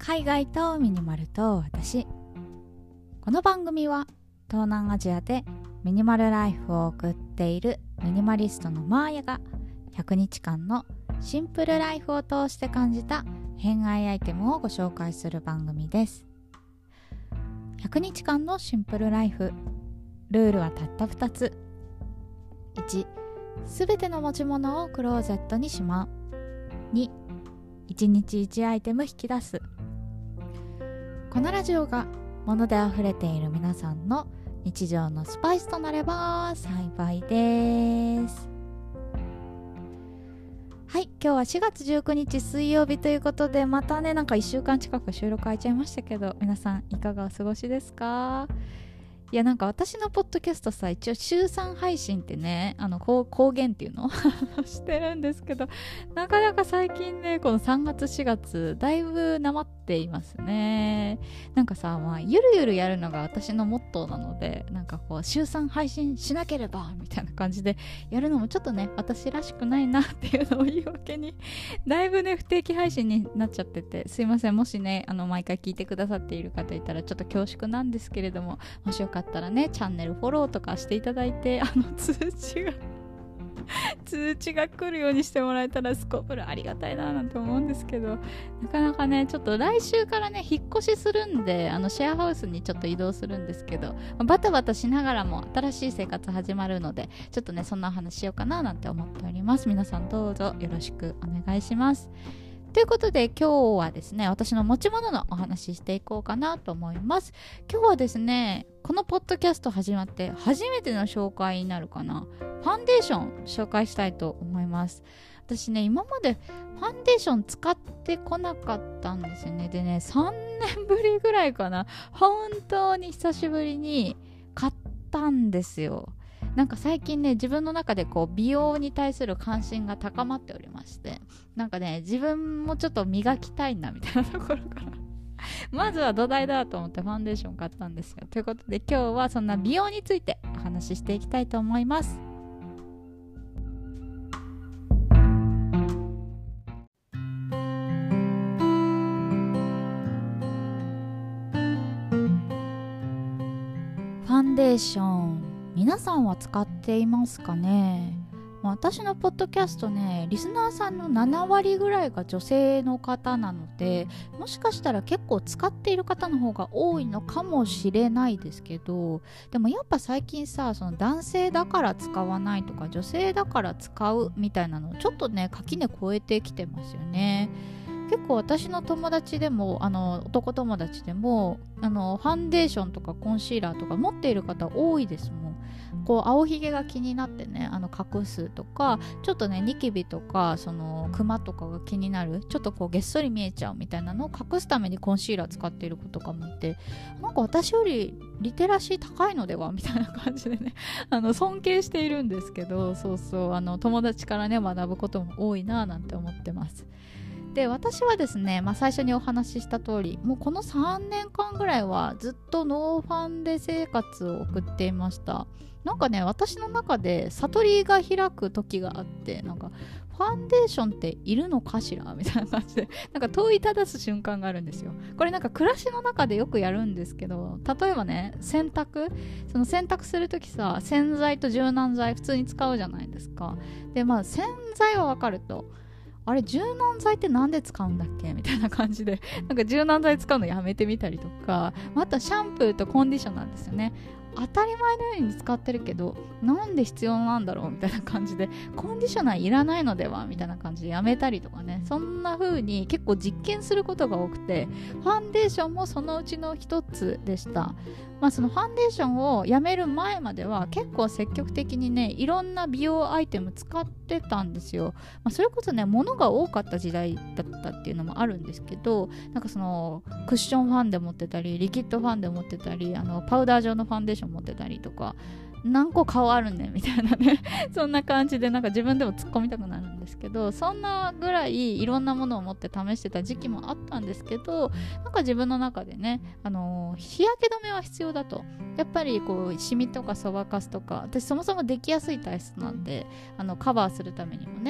海外とミニマルと私。この番組は東南アジアでミニマルライフを送っているミニマリストのマーヤが100日間のシンプルライフを通して感じた偏愛アイテムをご紹介する番組です。100日間のシンプルライフ、ルールはたった2つ。1、すべての持ち物をクローゼットにしまう。2、1日1アイテム引き出す。このラジオが物であふれている皆さんの日常のスパイスとなれば幸いです。はい、今日は4月19日水曜日ということで、またね1週間近く収録空いちゃいましたけど、皆さんいかがお過ごしですか？いや、私のポッドキャストさ、一応週3配信ってね、公言っていうのしてるんですけど、なかなか最近ね、この3月4月だいぶなまっていますね。ゆるゆるやるのが私のモットーなので、週3配信しなければみたいな感じでやるのもちょっとね、私らしくないなっていうのを言い訳にだいぶね不定期配信になっちゃってて、すいません。もしね毎回聞いてくださっている方いたらちょっと恐縮なんですけれども、もしよかったらねチャンネルフォローとかしていただいて、通知が来るようにしてもらえたらすこぶるありがたいななんて思うんですけど、なかなかねちょっと来週からね引っ越しするんで、シェアハウスにちょっと移動するんですけど、バタバタしながらも新しい生活始まるので、ちょっとねそんな話しようかななんて思っております。皆さんどうぞよろしくお願いします。ということで今日はですね、私の持ち物のお話ししていこうかなと思います。今日はですね、このポッドキャスト始まって初めての紹介になるかな、ファンデーション紹介したいと思います。私ね、今までファンデーション使ってこなかったんですよね。でね、3年ぶりぐらいかな、本当に久しぶりに買ったんですよ。最近ね、自分の中で美容に対する関心が高まっておりまして、自分もちょっと磨きたいなみたいなところからまずは土台だと思ってファンデーション買ったんですよ。ということで今日はそんな美容についてお話ししていきたいと思います。ファンデーション、皆さんは使っていますかね？私のポッドキャストね、リスナーさんの7割ぐらいが女性の方なので、もしかしたら結構使っている方の方が多いのかもしれないですけど、でもやっぱ最近さ、その男性だから使わないとか女性だから使うみたいなのちょっとね垣根超えてきてますよね。結構私の友達でも男友達でもファンデーションとかコンシーラーとか持っている方多いですもん。青ひげが気になってね隠すとか、ちょっとねニキビとかそのクマとかが気になる、ちょっとげっそり見えちゃうみたいなのを隠すためにコンシーラー使っている子とかもいて、私よりリテラシー高いのではみたいな感じでね尊敬しているんですけど、友達からね学ぶことも多いななんて思ってます。で、私はですね、最初にお話しした通り、もうこの3年間ぐらいはずっとノーファンデ生活を送っていました。私の中で悟りが開く時があって、ファンデーションっているのかしらみたいな感じで問いただす瞬間があるんですよ。これ暮らしの中でよくやるんですけど、例えばね洗濯するときさ、洗剤と柔軟剤普通に使うじゃないですか。で洗剤は分かると、あれ柔軟剤ってなんで使うんだっけみたいな感じで柔軟剤使うのやめてみたりとか、あとはシャンプーとコンディショナーですよね。当たり前のように使ってるけどなんで必要なんだろうみたいな感じで、コンディショナーいらないのではみたいな感じでやめたりとかね、そんな風に結構実験することが多くて、ファンデーションもそのうちの一つでした。そのファンデーションをやめる前までは結構積極的にねいろんな美容アイテム使ってたんですよ。それこそね物が多かった時代だったっていうのもあるんですけど、そのクッションファンデ持ってたり、リキッドファンデ持ってたり、パウダー状のファンデーション持ってたりとか、何個顔あるねみたいなねそんな感じで自分でも突っ込みたくなるんですけど、そんなぐらいいろんなものを持って試してた時期もあったんですけど、自分の中でね日焼け止めは必要だと、やっぱりシミとかそばかすとか、私そもそもできやすい体質なんでカバーするためにもね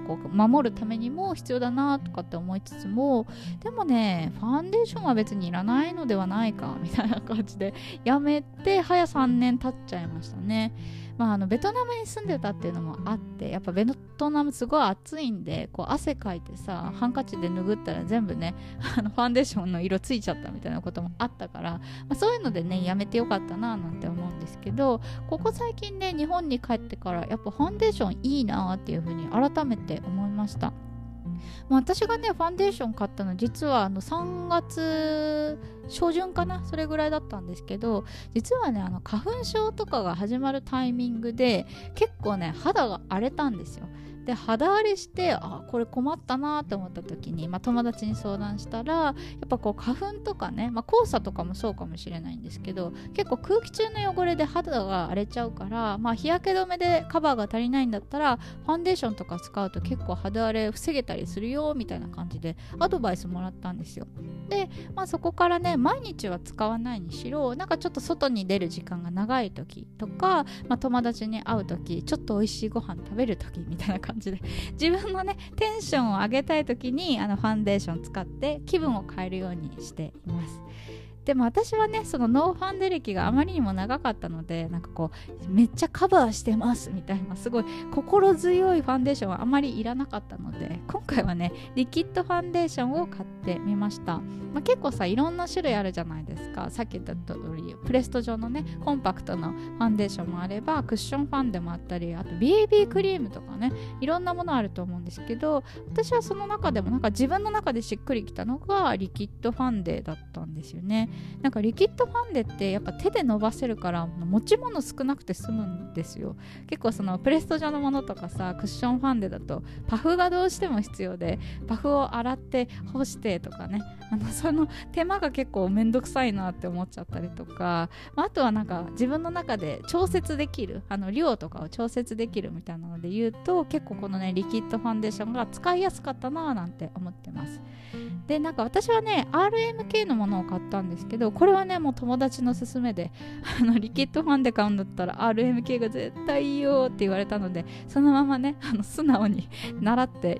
こう守るためにも必要だなとかって思いつつも、でもねファンデーションは別にいらないのではないかみたいな感じでやめて早3年経っちゃいましたね。ベトナムに住んでたっていうのもあって、やっぱベトナムすごい暑いんで、こう汗かいてさハンカチで拭ったら全部ねファンデーションの色ついちゃったみたいなこともあったから、そういうのでねやめてよかったななんて思うんですけど、ここ最近ね日本に帰ってからやっぱファンデーションいいなっていう風に改めて思いました。私がねファンデーション買ったの実は3月初旬かな、それぐらいだったんですけど、実はね花粉症とかが始まるタイミングで結構ね肌が荒れたんですよ。で肌荒れしてこれ困ったなと思った時に、友達に相談したらやっぱこう花粉とかね、黄砂とかもそうかもしれないんですけど、結構空気中の汚れで肌が荒れちゃうから、日焼け止めでカバーが足りないんだったらファンデーションとか使うと結構肌荒れ防げたりするよみたいな感じでアドバイスもらったんですよ。で、そこからね毎日は使わないにしろ、なんかちょっと外に出る時間が長い時とか、友達に会う時、ちょっと美味しいご飯食べる時みたいな感じで自分のねテンションを上げたい時にファンデーション使って気分を変えるようにしています。でも私はねそのノーファンデ歴があまりにも長かったので、なんかこうめっちゃカバーしてますみたいなすごい心強いファンデーションはあまりいらなかったので、今回はねリキッドファンデーションを買ってみました。結構さいろんな種類あるじゃないですか。さっき言った通りプレスト状のねコンパクトなファンデーションもあれば、クッションファンデもあったり、あと BB クリームとかね、いろんなものあると思うんですけど、私はその中でもなんか自分の中でしっくりきたのがリキッドファンデだったんですよね。なんかリキッドファンデってやっぱ手で伸ばせるから持ち物少なくて済むんですよ。結構そのプレスト状のものとかさ、クッションファンデだとパフがどうしても必要で、パフを洗って干してとかね、その手間が結構めんどくさいなって思っちゃったりとか、あとはなんか自分の中で調節できる量とかを調節できるみたいなので言うと、結構このねリキッドファンデーションが使いやすかったななんて思ってます。でなんか私はね RMK のものを買ったんですけど、これはねもう友達の勧めでリキッドファンデ買うんだったら RMK が絶対いいよって言われたので、そのままね素直に習って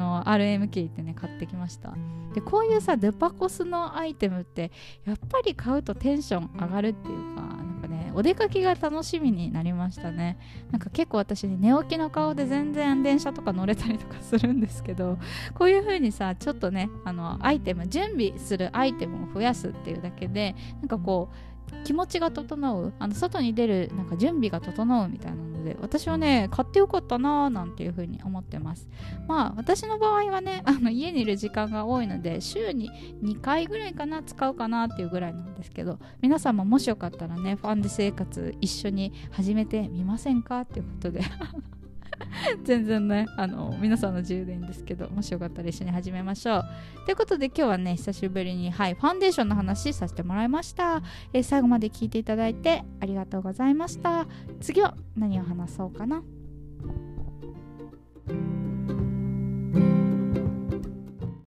RMK ってね買ってきました。でこういうさデパコスのアイテムってやっぱり買うとテンション上がるっていうか、なんかねお出かけが楽しみになりましたね。なんか結構私ね寝起きの顔で全然電車とか乗れたりとかするんですけど、こういう風にさちょっとねアイテム準備するアイテムを増やすっていうだけでなんかこう気持ちが整う、外に出るなんか準備が整うみたいなので、私はね買ってよかったなーなんていう風に思ってます。私の場合はね家にいる時間が多いので週に2回ぐらいかな使うかなっていうぐらいなんですけど、皆さんももしよかったらねファンデ生活一緒に始めてみませんかっていうことで全然ね皆さんの自由でいいんですけど、もしよかったら一緒に始めましょうということで、今日はね久しぶりにファンデーションの話させてもらいました。最後まで聞いていただいてありがとうございました。次は何を話そうかな。